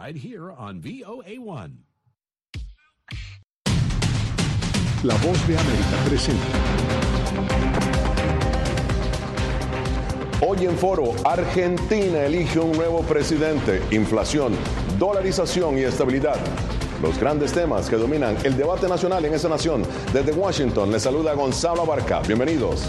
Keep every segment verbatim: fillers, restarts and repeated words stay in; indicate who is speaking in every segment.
Speaker 1: right here on V O A one.
Speaker 2: La Voz de América presenta.
Speaker 3: Hoy en Foro, Argentina elige un nuevo presidente, inflación, dolarización y estabilidad. Los grandes temas que dominan el debate nacional en esa nación. Desde Washington, les saluda Gonzalo Abarca. Bienvenidos.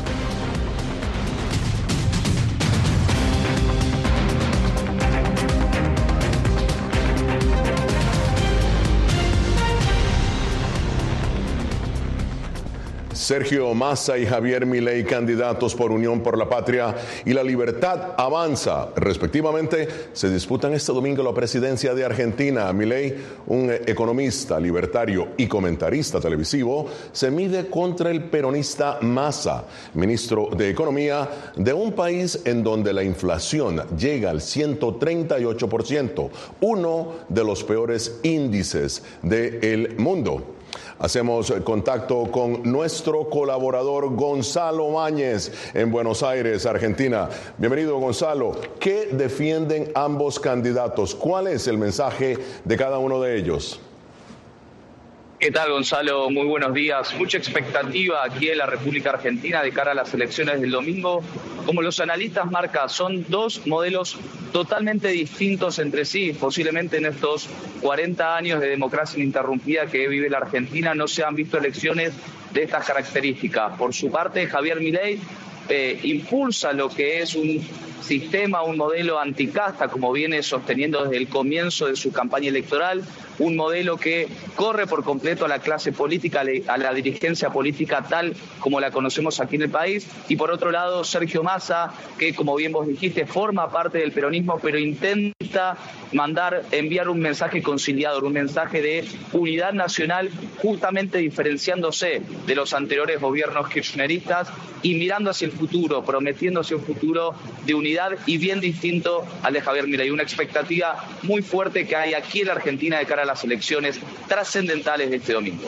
Speaker 3: Sergio Massa y Javier Milei, candidatos por Unión por la Patria y La Libertad Avanza, respectivamente, se disputan este domingo la presidencia de Argentina. Milei, un economista, libertario y comentarista televisivo, se mide contra el peronista Massa, ministro de Economía de un país en donde la inflación llega al ciento treinta y ocho por ciento, uno de los peores índices del mundo. Hacemos contacto con nuestro colaborador Gonzalo Mañez en Buenos Aires, Argentina. Bienvenido, Gonzalo. ¿Qué defienden ambos candidatos? ¿Cuál es el mensaje de cada uno de ellos?
Speaker 4: ¿Qué tal, Gonzalo? Muy buenos días. Mucha expectativa aquí en la República Argentina de cara a las elecciones del domingo. Como los analistas marcan, son dos modelos totalmente distintos entre sí. Posiblemente en estos cuarenta años de democracia ininterrumpida que vive la Argentina no se han visto elecciones de estas características. Por su parte, Javier Milei eh, impulsa lo que es un sistema, un modelo anticasta, como viene sosteniendo desde el comienzo de su campaña electoral, un modelo que corre por completo a la clase política, a la dirigencia política tal como la conocemos aquí en el país. Y por otro lado, Sergio Massa, que como bien vos dijiste, forma parte del peronismo, pero intenta mandar, enviar un mensaje conciliador, un mensaje de unidad nacional, justamente diferenciándose de los anteriores gobiernos kirchneristas y mirando hacia el futuro, prometiendo hacia un futuro de unidad y bien distinto al de Javier Milei. Una expectativa muy fuerte que hay aquí en la Argentina de cara a las elecciones trascendentales de este domingo.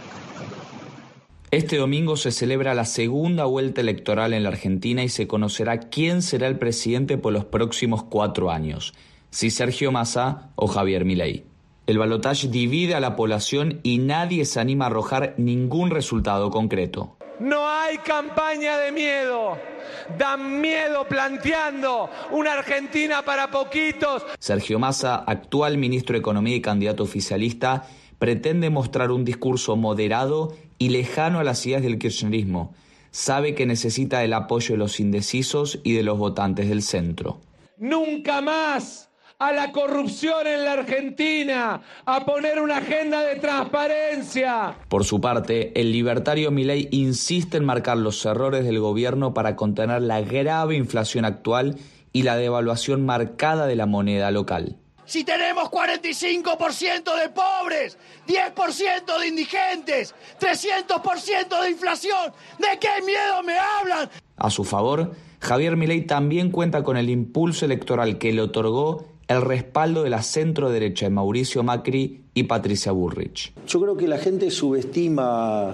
Speaker 5: Este domingo se celebra la segunda vuelta electoral en la Argentina y se conocerá quién será el presidente por los próximos cuatro años, si Sergio Massa o Javier Milei. El balotaje divide a la población y nadie se anima a arrojar ningún resultado concreto.
Speaker 6: No hay campaña de miedo. Dan miedo planteando una Argentina para poquitos.
Speaker 5: Sergio Massa, actual ministro de Economía y candidato oficialista, pretende mostrar un discurso moderado y lejano a las ideas del kirchnerismo. Sabe que necesita el apoyo de los indecisos y de los votantes del centro.
Speaker 6: Nunca más a la corrupción en la Argentina, a poner una agenda de transparencia.
Speaker 5: Por su parte, el libertario Milei insiste en marcar los errores del gobierno para contener la grave inflación actual y la devaluación marcada de la moneda local.
Speaker 7: Si tenemos cuarenta y cinco por ciento de pobres, diez por ciento de indigentes, trescientos por ciento de inflación, ¿de qué miedo me hablan?
Speaker 5: A su favor, Javier Milei también cuenta con el impulso electoral que le otorgó el respaldo de la centro-derecha de Mauricio Macri y Patricia Bullrich.
Speaker 8: Yo creo que la gente subestima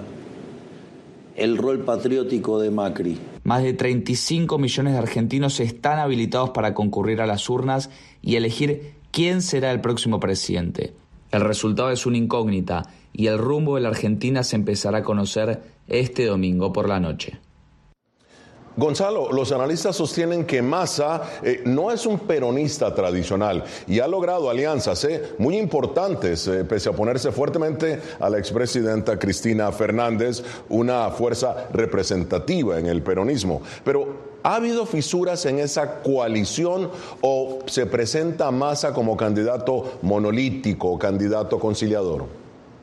Speaker 8: el rol patriótico de Macri.
Speaker 5: Más de treinta y cinco millones de argentinos están habilitados para concurrir a las urnas y elegir quién será el próximo presidente. El resultado es una incógnita y el rumbo de la Argentina se empezará a conocer este domingo por la noche.
Speaker 3: Gonzalo, los analistas sostienen que Massa eh, no es un peronista tradicional y ha logrado alianzas eh, muy importantes, eh, pese a oponerse fuertemente a la expresidenta Cristina Fernández, una fuerza representativa en el peronismo. Pero, ¿ha habido fisuras en esa coalición o se presenta Massa como candidato monolítico, candidato conciliador?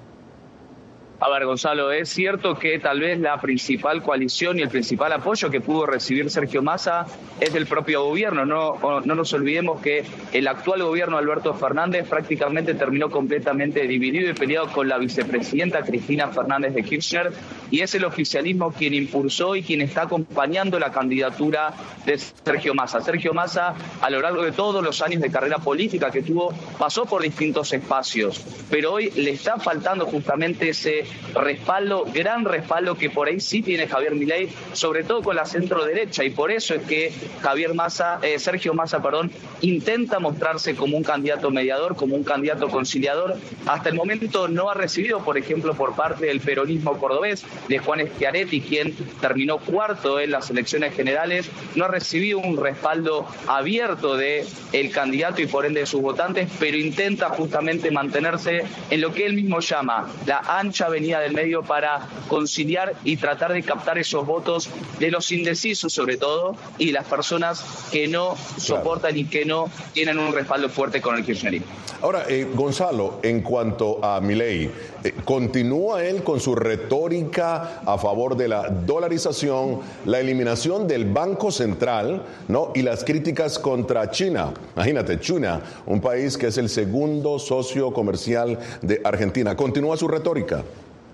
Speaker 4: A ver, Gonzalo, es cierto que tal vez la principal coalición y el principal apoyo que pudo recibir Sergio Massa es del propio gobierno. No, no nos olvidemos que el actual gobierno de Alberto Fernández prácticamente terminó completamente dividido y peleado con la vicepresidenta Cristina Fernández de Kirchner, y es el oficialismo quien impulsó y quien está acompañando la candidatura de Sergio Massa. Sergio Massa, a lo largo de todos los años de carrera política que tuvo, pasó por distintos espacios, pero hoy le está faltando justamente ese respaldo, gran respaldo que por ahí sí tiene Javier Milei, sobre todo con la centro derecha, y por eso es que Javier Massa, eh, Sergio Massa, perdón, intenta mostrarse como un candidato mediador, como un candidato conciliador. Hasta el momento no ha recibido, por ejemplo, por parte del peronismo cordobés, de Juan Schiaretti, quien terminó cuarto en las elecciones generales, no ha recibido un respaldo abierto de el candidato y por ende de sus votantes, pero intenta justamente mantenerse en lo que él mismo llama la ancha avenida del medio para conciliar y tratar de captar esos votos de los indecisos sobre todo y de las personas que no soportan y que no tienen un respaldo fuerte con el kirchnerismo.
Speaker 3: Ahora, eh, Gonzalo, en cuanto a Milei, eh, ¿continúa él con su retórica a favor de la dolarización, la eliminación del Banco Central, ¿no? y las críticas contra China? Imagínate, China, un país que es el segundo socio comercial de Argentina. ¿Continúa su retórica?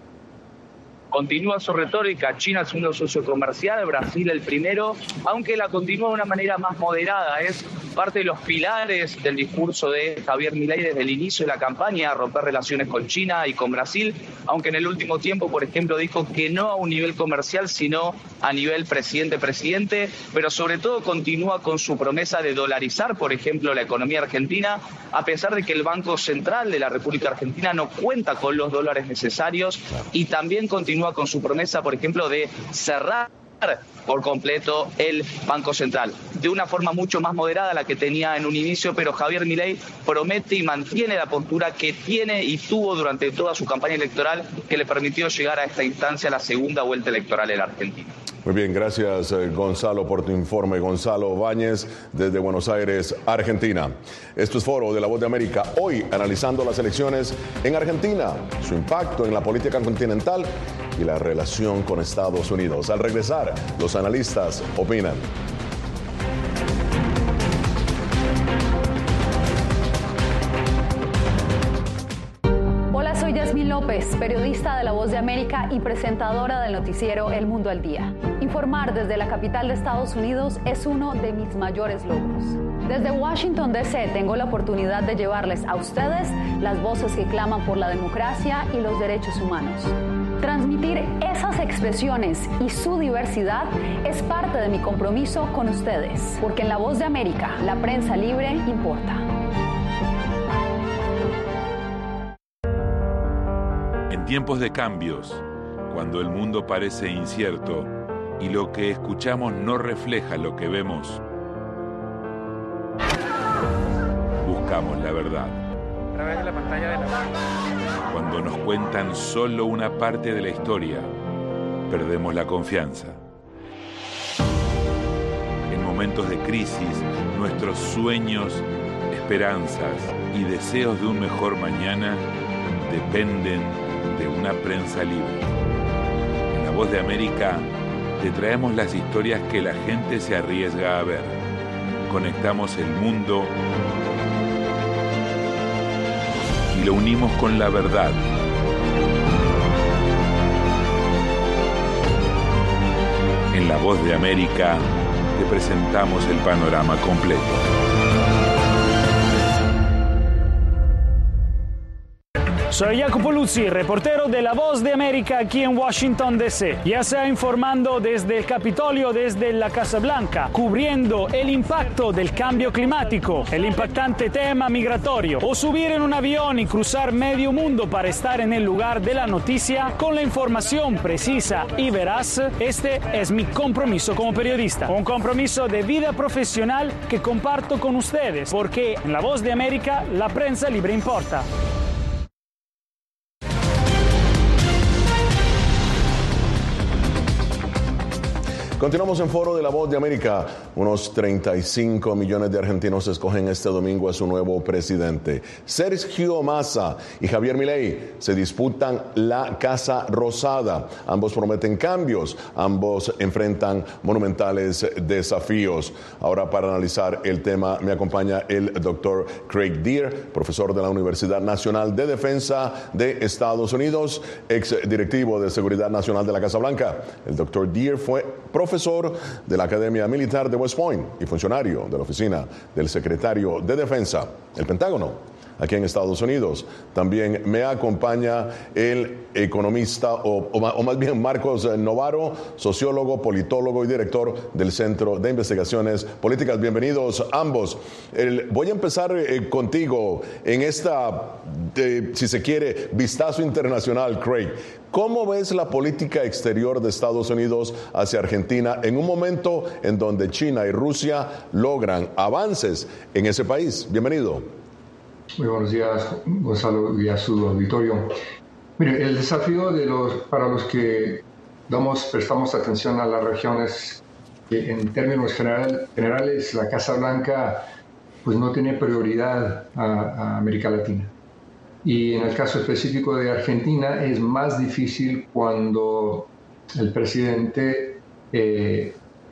Speaker 4: Continúa su retórica, China es un socio comercial, Brasil el primero, aunque la continúa de una manera más moderada. Es parte de los pilares del discurso de Javier Milei desde el inicio de la campaña, romper relaciones con China y con Brasil, aunque en el último tiempo, por ejemplo, dijo que no a un nivel comercial, sino a nivel presidente-presidente, pero sobre todo continúa con su promesa de dolarizar, por ejemplo, la economía argentina, a pesar de que el Banco Central de la República Argentina no cuenta con los dólares necesarios, y también continúa con su promesa, por ejemplo, de cerrar por completo el Banco Central, de una forma mucho más moderada a la que tenía en un inicio, pero Javier Milei promete y mantiene la postura que tiene y tuvo durante toda su campaña electoral, que le permitió llegar a esta instancia, la segunda vuelta electoral en la Argentina.
Speaker 3: Muy bien, gracias Gonzalo por tu informe. Gonzalo Báñez desde Buenos Aires, Argentina. Esto es Foro de la Voz de América, hoy analizando las elecciones en Argentina, su impacto en la política continental y la relación con Estados Unidos. Al regresar, los analistas opinan.
Speaker 9: Soy Yasmín López, periodista de La Voz de América y presentadora del noticiero El Mundo al Día. Informar desde la capital de Estados Unidos es uno de mis mayores logros. Desde Washington, D C, tengo la oportunidad de llevarles a ustedes las voces que claman por la democracia y los derechos humanos. Transmitir esas expresiones y su diversidad es parte de mi compromiso con ustedes, porque en La Voz de América, la prensa libre importa.
Speaker 10: En tiempos de cambios, cuando el mundo parece incierto y lo que escuchamos no refleja lo que vemos, buscamos la verdad.
Speaker 11: A través de la pantalla de la...
Speaker 10: Cuando nos cuentan solo una parte de la historia, perdemos la confianza. En momentos de crisis, nuestros sueños, esperanzas y deseos de un mejor mañana dependen de una prensa libre. En La Voz de América te traemos las historias que la gente se arriesga a ver. Conectamos el mundo y lo unimos con la verdad. En La Voz de América te presentamos el panorama completo.
Speaker 12: Soy Jacopo Luzzi, reportero de La Voz de América aquí en Washington, D C. Ya sea informando desde el Capitolio, desde la Casa Blanca, cubriendo el impacto del cambio climático, el impactante tema migratorio, o subir en un avión y cruzar medio mundo para estar en el lugar de la noticia con la información precisa y veraz, este es mi compromiso como periodista. Un compromiso de vida profesional que comparto con ustedes, porque en La Voz de América la prensa libre importa.
Speaker 3: Continuamos en Foro de la Voz de América. Unos treinta y cinco millones de argentinos escogen este domingo a su nuevo presidente. Sergio Massa y Javier Milei se disputan la Casa Rosada. Ambos prometen cambios, ambos enfrentan monumentales desafíos. Ahora, para analizar el tema, me acompaña el doctor Craig Deer, profesor de la Universidad Nacional de Defensa de Estados Unidos, ex directivo de Seguridad Nacional de la Casa Blanca. El doctor Deer fue profesor profesor de la Academia Militar de West Point y funcionario de la Oficina del Secretario de Defensa. El Pentágono aquí en Estados Unidos. También me acompaña el economista, o, o, o más bien Marcos Novaro, sociólogo, politólogo y director del Centro de Investigaciones Políticas. Bienvenidos ambos. El, voy a empezar eh, contigo en esta, eh, si se quiere, vistazo internacional, Craig. ¿Cómo ves la política exterior de Estados Unidos hacia Argentina en un momento en donde China y Rusia logran avances en ese país? Bienvenido.
Speaker 13: Muy buenos días, Gonzalo, y a su auditorio. Mire, el desafío de los, para los que damos, prestamos atención a las regiones, que en términos general, generales, la Casa Blanca pues no tiene prioridad a, a América Latina. Y en el caso específico de Argentina es más difícil cuando el presidente eh,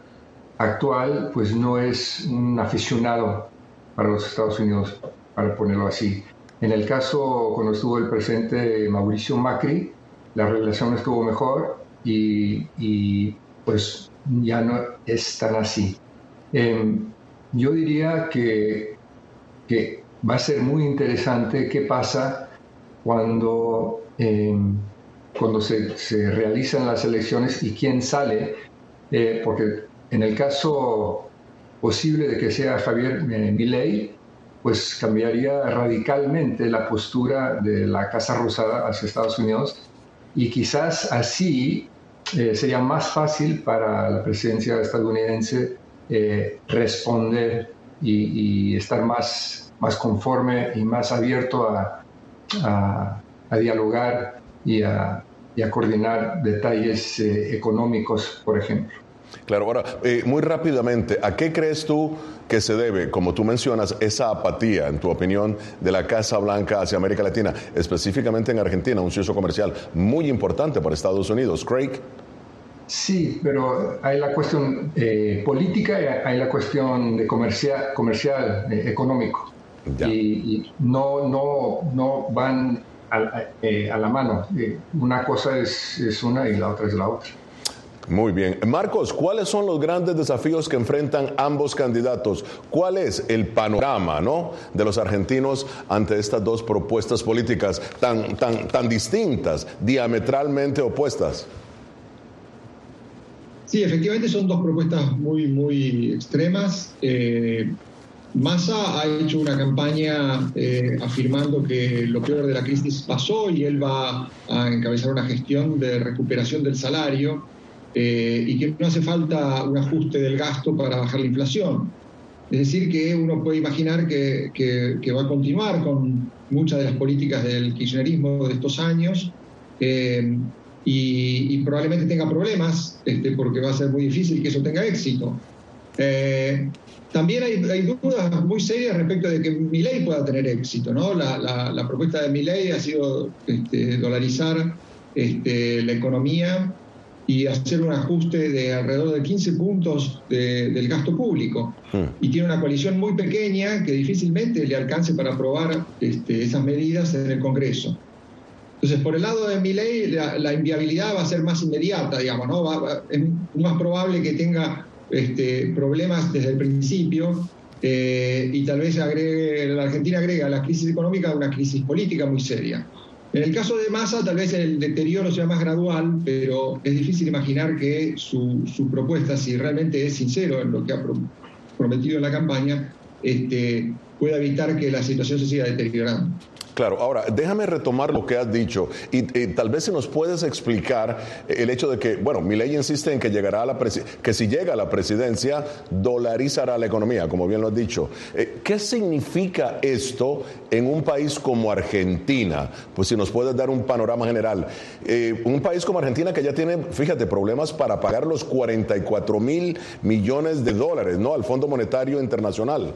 Speaker 13: actual pues no es un aficionado para los Estados Unidos, para ponerlo así. En el caso cuando estuvo el presidente Mauricio Macri, la relación estuvo mejor y, y pues ya no es tan así. Eh, yo diría que, que va a ser muy interesante qué pasa cuando, eh, cuando se, se realizan las elecciones y quién sale, eh, porque en el caso posible de que sea Javier eh, Milei, pues cambiaría radicalmente la postura de la Casa Rosada hacia Estados Unidos y quizás así eh, sería más fácil para la presidencia estadounidense eh, responder y, y estar más, más conforme y más abierto a A, a dialogar y a, y a coordinar detalles eh, económicos, por ejemplo.
Speaker 3: Claro, ahora, eh, muy rápidamente, ¿a qué crees tú que se debe, como tú mencionas, esa apatía, en tu opinión, de la Casa Blanca hacia América Latina, específicamente en Argentina, un socio comercial muy importante para Estados Unidos? Craig.
Speaker 13: Sí, pero hay la cuestión eh, política y hay la cuestión de comercial, comercial eh, económico. Y, y no, no, no van a, a, eh, a la mano. Eh, una cosa es, es una y la otra es la otra.
Speaker 3: Muy bien. Marcos, ¿cuáles son los grandes desafíos que enfrentan ambos candidatos? ¿Cuál es el panorama, ¿no?, de los argentinos ante estas dos propuestas políticas tan, tan, tan distintas, diametralmente opuestas?
Speaker 14: Sí, efectivamente son dos propuestas muy, muy extremas. Eh, Massa ha hecho una campaña eh, afirmando que lo peor de la crisis pasó y él va a encabezar una gestión de recuperación del salario eh, y que no hace falta un ajuste del gasto para bajar la inflación. Es decir, que uno puede imaginar que, que, que va a continuar con muchas de las políticas del kirchnerismo de estos años eh, y, y probablemente tenga problemas este, porque va a ser muy difícil que eso tenga éxito. Eh, También hay, hay dudas muy serias respecto de que Milei pueda tener éxito, ¿no? La, la, la propuesta de Milei ha sido este, dolarizar este, la economía y hacer un ajuste de alrededor de quince puntos de, del gasto público. Hmm. Y tiene una coalición muy pequeña que difícilmente le alcance para aprobar este, esas medidas en el Congreso. Entonces, por el lado de Milei, la, la inviabilidad va a ser más inmediata, digamos, ¿no? Va, va, es más probable que tenga Este, problemas desde el principio eh, y tal vez agregue, la Argentina agrega a la crisis económica una crisis política muy seria. En el caso de Massa tal vez el deterioro sea más gradual, pero es difícil imaginar que su, su propuesta, si realmente es sincero en lo que ha pro, prometido en la campaña, este, pueda evitar que la situación se siga deteriorando.
Speaker 3: Claro, ahora déjame retomar lo que has dicho y, y tal vez si nos puedes explicar el hecho de que, bueno, Milei insiste en que llegará a la presi- que si llega a la presidencia dolarizará la economía, como bien lo has dicho. Eh, ¿Qué significa esto en un país como Argentina? Pues si nos puedes dar un panorama general. Eh, un país como Argentina que ya tiene, fíjate, problemas para pagar los cuarenta y cuatro mil millones de dólares, ¿no?, al Fondo Monetario Internacional.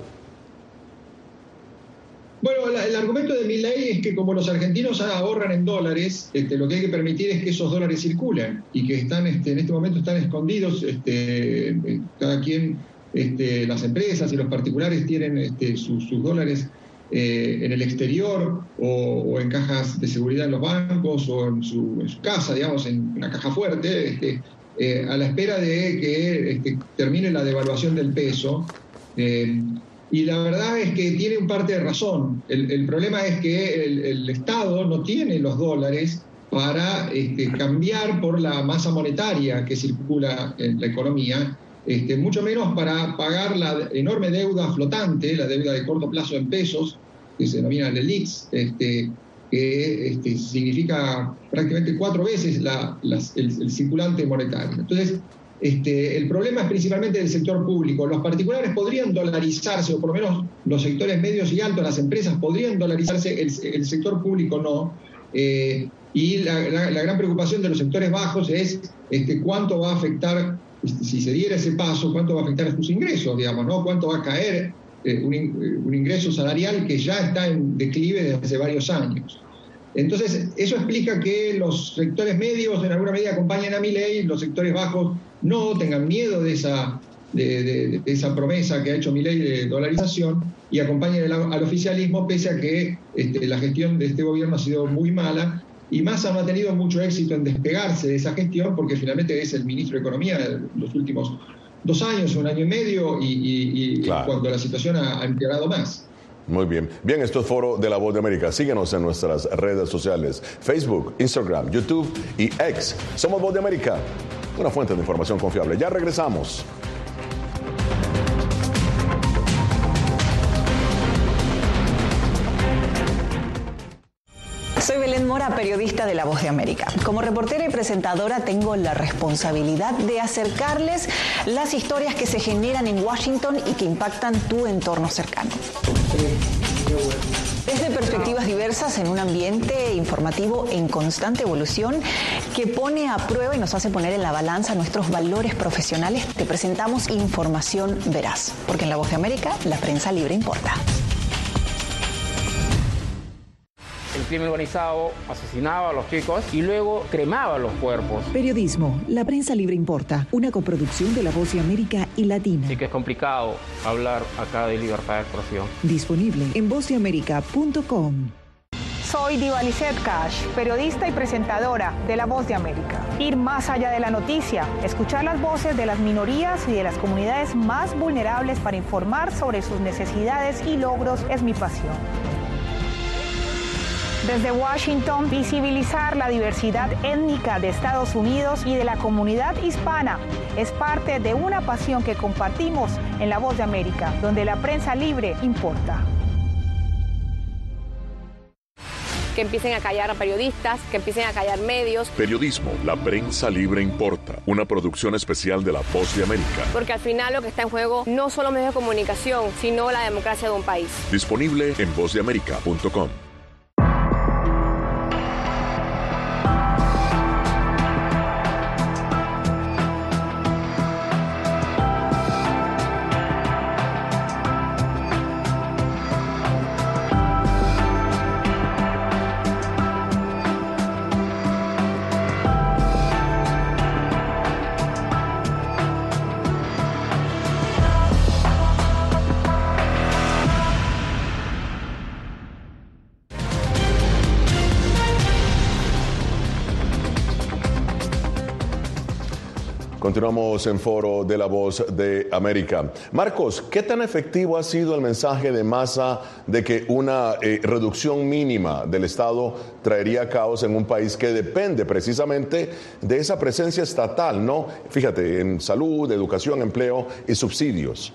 Speaker 14: Bueno, el, el argumento de Milei es que como los argentinos ahorran en dólares, este, lo que hay que permitir es que esos dólares circulen y que están, este, en este momento están escondidos, este, cada quien, este, las empresas y los particulares tienen este, sus, sus dólares eh, en el exterior o, o en cajas de seguridad en los bancos o en su, en su casa, digamos, en una caja fuerte, este, eh, a la espera de que este, termine la devaluación del peso. Eh, y la verdad es que tiene un parte de razón. El, el problema es que el, el Estado no tiene los dólares para este, cambiar por la masa monetaria que circula en la economía, este, mucho menos para pagar la enorme deuda flotante, la deuda de corto plazo en pesos, que se denomina el E L I X, este, que este, significa prácticamente cuatro veces la, las, el, el circulante monetario. Entonces, este, el problema es principalmente del sector público. Los particulares podrían dolarizarse, o por lo menos los sectores medios y altos, las empresas podrían dolarizarse, el, el sector público no. Eh, y la, la, la gran preocupación de los sectores bajos es este, cuánto va a afectar, este, si se diera ese paso, cuánto va a afectar a sus ingresos, digamos, ¿no? Cuánto va a caer eh, un, un ingreso salarial que ya está en declive desde hace varios años. Entonces, eso explica que los sectores medios en alguna medida acompañen a Milei, los sectores bajos no tengan miedo de esa, de, de, de esa promesa que ha hecho Milei de dolarización y acompañen el, al oficialismo, pese a que este, la gestión de este gobierno ha sido muy mala. Y Massa no ha tenido mucho éxito en despegarse de esa gestión porque finalmente es el ministro de Economía de los últimos dos años, un año y medio, y, y, y claro, cuando la situación ha, ha empeorado más.
Speaker 3: Muy bien. Bien, esto es Foro de la Voz de América. Síguenos en nuestras redes sociales, Facebook, Instagram, YouTube y X. Somos Voz de América, una fuente de información confiable. Ya regresamos.
Speaker 15: Soy Belén Mora, periodista de La Voz de América. Como reportera y presentadora tengo la responsabilidad de acercarles las historias que se generan en Washington y que impactan tu entorno cercano. Desde perspectivas diversas en un ambiente informativo en constante evolución que pone a prueba y nos hace poner en la balanza nuestros valores profesionales, te presentamos información veraz, porque en La Voz de América la prensa libre importa.
Speaker 11: El crimen organizado asesinaba a los chicos y luego cremaba los cuerpos.
Speaker 16: Periodismo, la prensa libre importa, una coproducción de La Voz de América y Latina.
Speaker 11: Así que es complicado hablar acá de libertad de expresión.
Speaker 16: Disponible en voz de américa punto com.
Speaker 17: Soy Diva Lizeth Cash, periodista y presentadora de La Voz de América. Ir más allá de la noticia, escuchar las voces de las minorías y de las comunidades más vulnerables para informar sobre sus necesidades y logros es mi pasión. Desde Washington, visibilizar la diversidad étnica de Estados Unidos y de la comunidad hispana es parte de una pasión que compartimos en La Voz de América, donde la prensa libre importa.
Speaker 18: Que empiecen a callar a periodistas, que empiecen a callar medios.
Speaker 2: Periodismo, la prensa libre importa. Una producción especial de La Voz de América.
Speaker 18: Porque al final lo que está en juego no solo medios de comunicación, sino la democracia de un país.
Speaker 2: Disponible en voz de américa punto com.
Speaker 3: Continuamos en Foro de la Voz de América. Marcos, ¿qué tan efectivo ha sido el mensaje de Massa de que una eh, reducción mínima del Estado traería caos en un país que depende precisamente de esa presencia estatal, ¿no? Fíjate, en salud, educación, empleo y subsidios.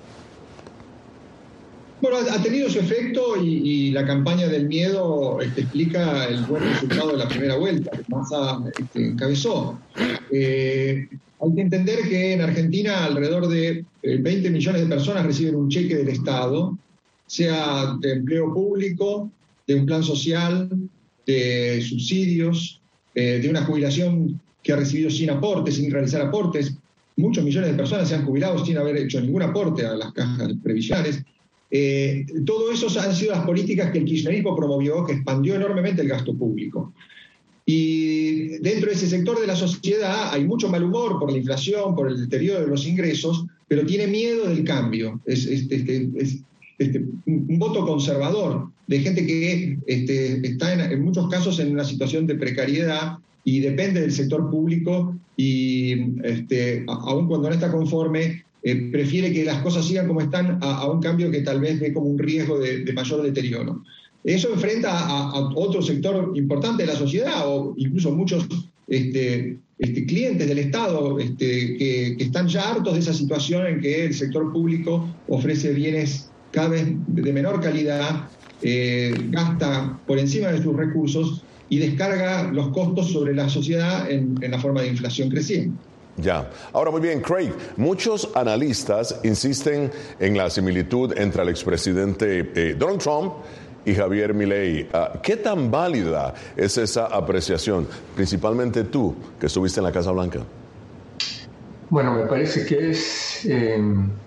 Speaker 14: Bueno, ha tenido su efecto y, y la campaña del miedo este, explica el buen resultado de la primera vuelta que Massa este, encabezó. Eh, hay que entender que en Argentina alrededor de veinte millones de personas reciben un cheque del Estado, sea de empleo público, de un plan social, de subsidios, eh, de una jubilación que ha recibido sin aportes, sin realizar aportes. Muchos millones de personas se han jubilado sin haber hecho ningún aporte a las cajas previsionales. Eh, todo eso han sido las políticas que el kirchnerismo promovió, que expandió enormemente el gasto público. Y dentro de ese sector de la sociedad hay mucho mal humor por la inflación, por el deterioro de los ingresos, pero tiene miedo del cambio. Es, es, es, es, es un voto conservador de gente que este, está en, en muchos casos en una situación de precariedad y depende del sector público y este, aun cuando no está conforme, eh, prefiere que las cosas sigan como están a, a un cambio que tal vez ve como un riesgo de, de mayor deterioro. Eso enfrenta a, a otro sector importante de la sociedad, o incluso muchos este, este, clientes del Estado este, que, que están ya hartos de esa situación en que el sector público ofrece bienes cada vez de menor calidad, eh, gasta por encima de sus recursos y descarga los costos sobre la sociedad en, en la forma de inflación creciente.
Speaker 3: Ya. Ahora, muy bien, Craig, muchos analistas insisten en la similitud entre el expresidente eh, Donald Trump y Javier Milei. Uh, ¿Qué tan válida es esa apreciación? Principalmente tú, que estuviste en la Casa Blanca.
Speaker 13: Bueno, me parece que es eh,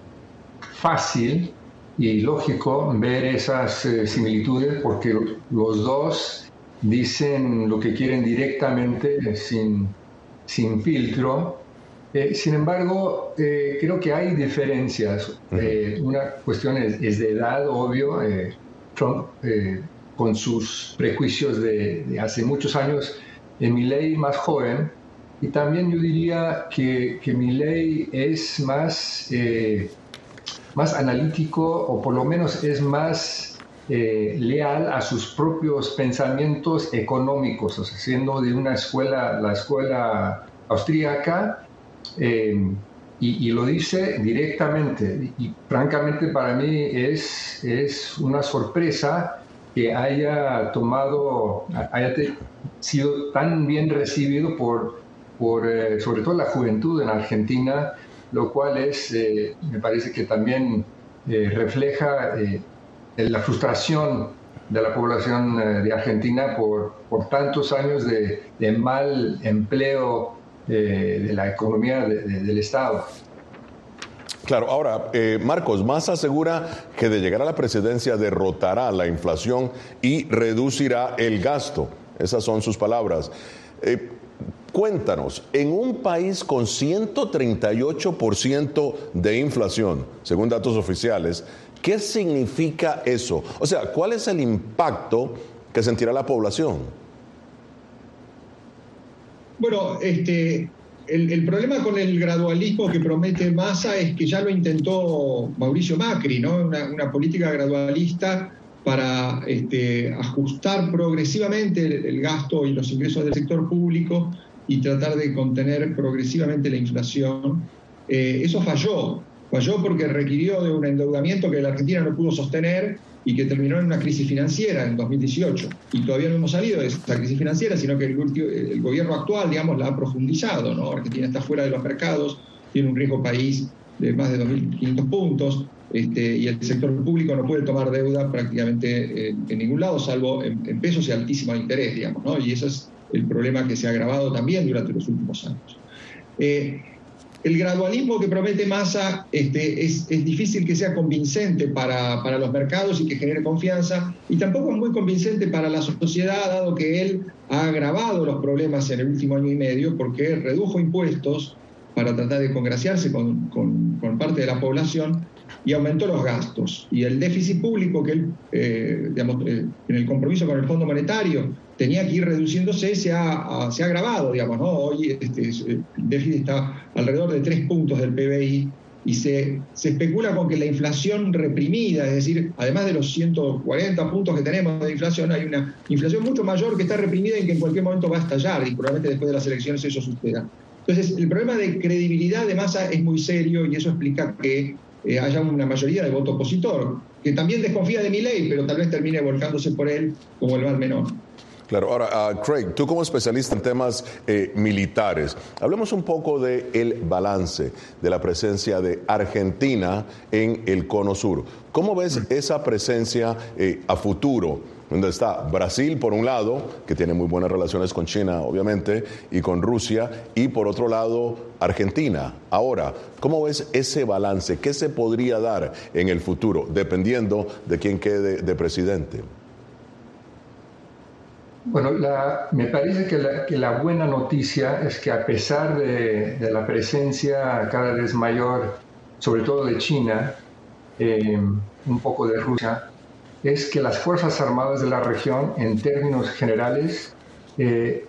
Speaker 13: fácil y lógico ver esas eh, similitudes porque los dos dicen lo que quieren directamente, eh, sin, sin filtro. Eh, sin embargo, eh, creo que hay diferencias. Eh, una cuestión es, es de edad, obvio. Eh, Trump, eh, con sus prejuicios de, de hace muchos años, eh, Milei más joven. Y también yo diría que, que Milei es más... Eh, más analítico, o por lo menos es más eh, leal a sus propios pensamientos económicos, o sea, siendo de una escuela, la escuela austríaca, eh, y, y lo dice directamente. Y, y francamente para mí es, es una sorpresa que haya tomado, haya te, sido tan bien recibido por, por eh, sobre todo la juventud en Argentina, lo cual es, eh, me parece que también eh, refleja eh, la frustración de la población eh, de Argentina por, por tantos años de, de mal empleo eh, de la economía de, de, del Estado.
Speaker 3: Claro, ahora, eh, Marcos, Massa asegura que de llegar a la presidencia derrotará la inflación y reducirá el gasto. Esas son sus palabras. Eh, Cuéntanos, en un país con ciento treinta y ocho por ciento de inflación, según datos oficiales, ¿qué significa eso? O sea, ¿cuál es el impacto que sentirá la población?
Speaker 14: Bueno, este, el, el problema con el gradualismo que promete Massa es que ya lo intentó Mauricio Macri, ¿no? Una, una política gradualista para este, ajustar progresivamente el, el gasto y los ingresos del sector público y tratar de contener progresivamente la inflación. Eh, eso falló, falló porque requirió de un endeudamiento que la Argentina no pudo sostener y que terminó en una crisis financiera en dos mil dieciocho. Y todavía no hemos salido de esa crisis financiera, sino que el, el gobierno actual, digamos, la ha profundizado, ¿no? Argentina está fuera de los mercados, tiene un riesgo país de más de dos mil quinientos puntos, este, y el sector público no puede tomar deuda prácticamente en, en ningún lado, salvo en, en pesos y altísimo interés, digamos, ¿no? Y ese es el problema que se ha agravado también durante los últimos años. Eh, el gradualismo que promete Massa este, es, es difícil que sea convincente para, para los mercados y que genere confianza, y tampoco es muy convincente para la sociedad, dado que él ha agravado los problemas en el último año y medio, porque redujo impuestos para tratar de congraciarse con, con, con parte de la población y aumentó los gastos. Y el déficit público que él, eh, digamos, eh, en el compromiso con el Fondo Monetario tenía que ir reduciéndose, se ha, se ha agravado, digamos, ¿no? Hoy este, el déficit está alrededor de tres puntos del P B I y se, se especula con que la inflación reprimida, es decir, además de los ciento cuarenta puntos que tenemos de inflación, hay una inflación mucho mayor que está reprimida y que en cualquier momento va a estallar, y probablemente después de las elecciones eso suceda. Entonces, el problema de credibilidad de Massa es muy serio, y eso explica que eh, haya una mayoría de voto opositor, que también desconfía de Milei, pero tal vez termine volcándose por él como el mal menor.
Speaker 3: Claro, ahora, uh, Craig, tú como especialista en temas eh, militares, hablemos un poco del balance de la presencia de Argentina en el Cono Sur. ¿Cómo ves esa presencia eh, a futuro? Donde está Brasil, por un lado, que tiene muy buenas relaciones con China, obviamente, y con Rusia, y por otro lado, Argentina. Ahora, ¿cómo ves ese balance? ¿Qué se podría dar en el futuro, dependiendo de quién quede de presidente?
Speaker 13: Bueno, la, me parece que la, que la buena noticia es que a pesar de, de la presencia cada vez mayor, sobre todo de China, eh, un poco de Rusia, es que las Fuerzas Armadas de la región, en términos generales, eh,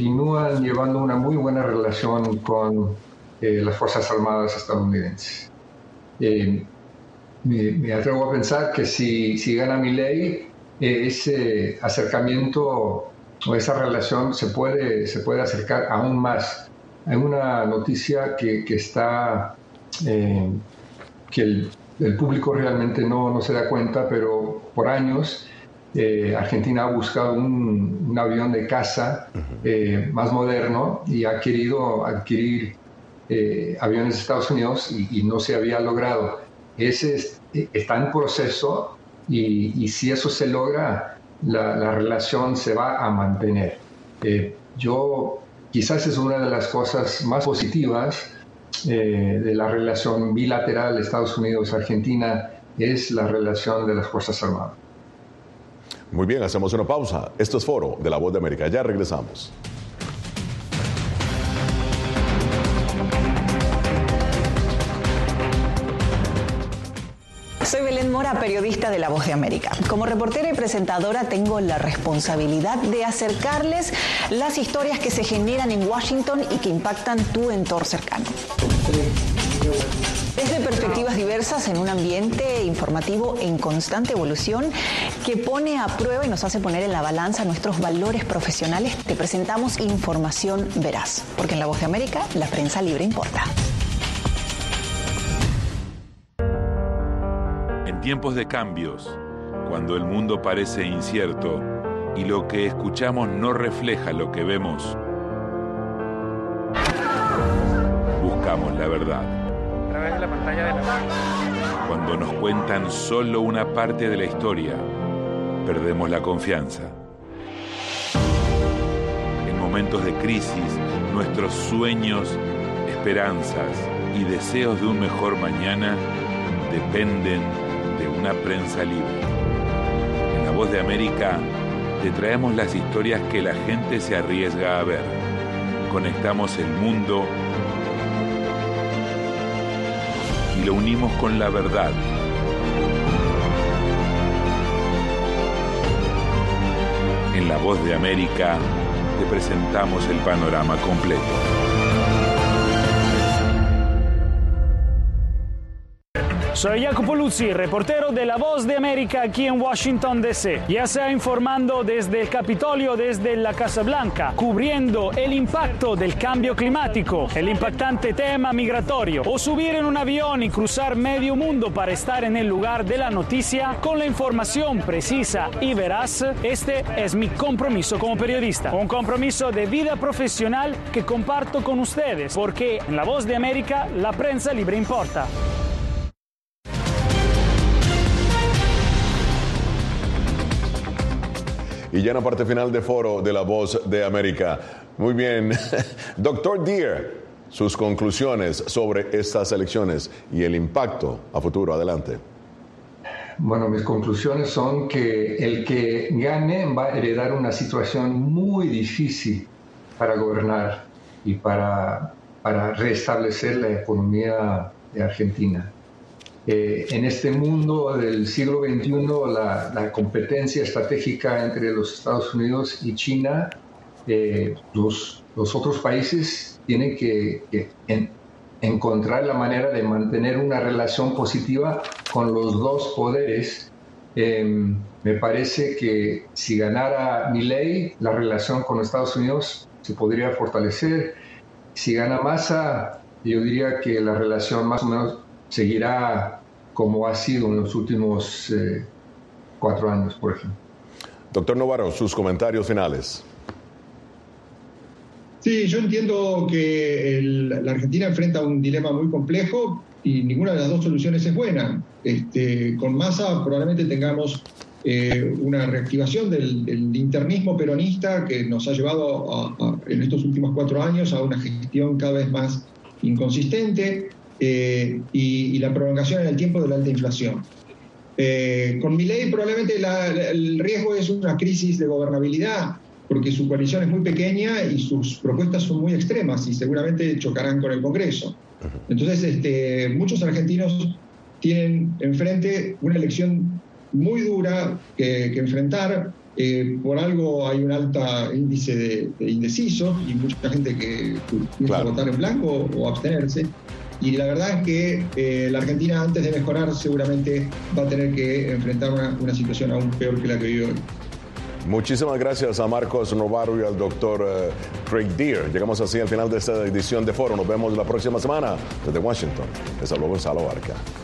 Speaker 13: continúan llevando una muy buena relación con eh, las Fuerzas Armadas estadounidenses. Eh, me, me atrevo a pensar que si, si gana Milei, eh, ese acercamiento o esa relación se puede, se puede acercar aún más. Hay una noticia que, que está, eh, que el, el público realmente no, no se da cuenta, pero por años eh, Argentina ha buscado un, un avión de caza eh, más moderno y ha querido adquirir eh, aviones de Estados Unidos y, y no se había logrado. Ese es, está en proceso y, y si eso se logra, la, la relación se va a mantener. Eh, yo quizás es una de las cosas más positivas eh, de la relación bilateral Estados Unidos-Argentina, es la relación de las Fuerzas Armadas.
Speaker 3: Muy bien, hacemos una pausa. Esto es Foro de La Voz de América. Ya regresamos.
Speaker 15: Soy Belén Mora, periodista de La Voz de América. Como reportera y presentadora tengo la responsabilidad de acercarles las historias que se generan en Washington y que impactan tu entorno cercano. Desde perspectivas diversas en un ambiente informativo en constante evolución que pone a prueba y nos hace poner en la balanza nuestros valores profesionales, te presentamos información veraz. Porque en La Voz de América, la prensa libre importa.
Speaker 10: En tiempos de cambios, cuando el mundo parece incierto y lo que escuchamos no refleja lo que vemos, buscamos la verdad.
Speaker 11: A través de la pantalla de la...
Speaker 10: Cuando nos cuentan solo una parte de la historia, perdemos la confianza. En momentos de crisis, nuestros sueños, esperanzas y deseos de un mejor mañana dependen de una prensa libre. En La Voz de América te traemos las historias que la gente se arriesga a ver. Conectamos el mundo y lo unimos con la verdad. En La Voz de América te presentamos el panorama completo.
Speaker 12: Soy Jacopo Luzzi, reportero de La Voz de América aquí en Washington, D C, ya sea informando desde el Capitolio, desde la Casa Blanca, cubriendo el impacto del cambio climático, el impactante tema migratorio, o subir en un avión y cruzar medio mundo para estar en el lugar de la noticia con la información precisa y veraz. Este es mi compromiso como periodista, un compromiso de vida profesional que comparto con ustedes, porque en La Voz de América la prensa libre importa.
Speaker 3: Y ya en la parte final de Foro de La Voz de América. Muy bien. Doctor Deer, sus conclusiones sobre estas elecciones y el impacto a futuro. Adelante.
Speaker 13: Bueno, mis conclusiones son que el que gane va a heredar una situación muy difícil para gobernar y para, para restablecer la economía de Argentina. Eh, en este mundo del siglo veintiuno, la, la competencia estratégica entre los Estados Unidos y China, eh, los, los otros países tienen que, que en, encontrar la manera de mantener una relación positiva con los dos poderes. Eh, me parece que si ganara Milei, la relación con Estados Unidos se podría fortalecer. Si gana Massa, yo diría que la relación más o menos seguirá como ha sido en los últimos eh, cuatro años, por ejemplo.
Speaker 3: Doctor Novaro, sus comentarios finales.
Speaker 14: Sí, yo entiendo que el, la Argentina enfrenta un dilema muy complejo y ninguna de las dos soluciones es buena. Este, con Massa probablemente tengamos eh, una reactivación del, del internismo peronista que nos ha llevado a, a, en estos últimos cuatro años a una gestión cada vez más inconsistente. Eh, y, y la prolongación en el tiempo de la alta inflación. Eh, con Milei probablemente la, la, el riesgo es una crisis de gobernabilidad, porque su coalición es muy pequeña y sus propuestas son muy extremas y seguramente chocarán con el Congreso. Entonces, este, muchos argentinos tienen enfrente una elección muy dura que, que enfrentar. Eh, por algo hay un alto índice de, de indecisos y mucha gente que piensa claro. votar en blanco o abstenerse. y la verdad es que eh, la Argentina, antes de mejorar, seguramente va a tener que enfrentar una, una situación aún peor que la que vive hoy.
Speaker 3: Muchísimas gracias a Marcos Novaru y al doctor uh, Craig Deer. Llegamos así al final de esta edición de Foro. Nos vemos la próxima semana desde Washington. Les habló Gonzalo Barca.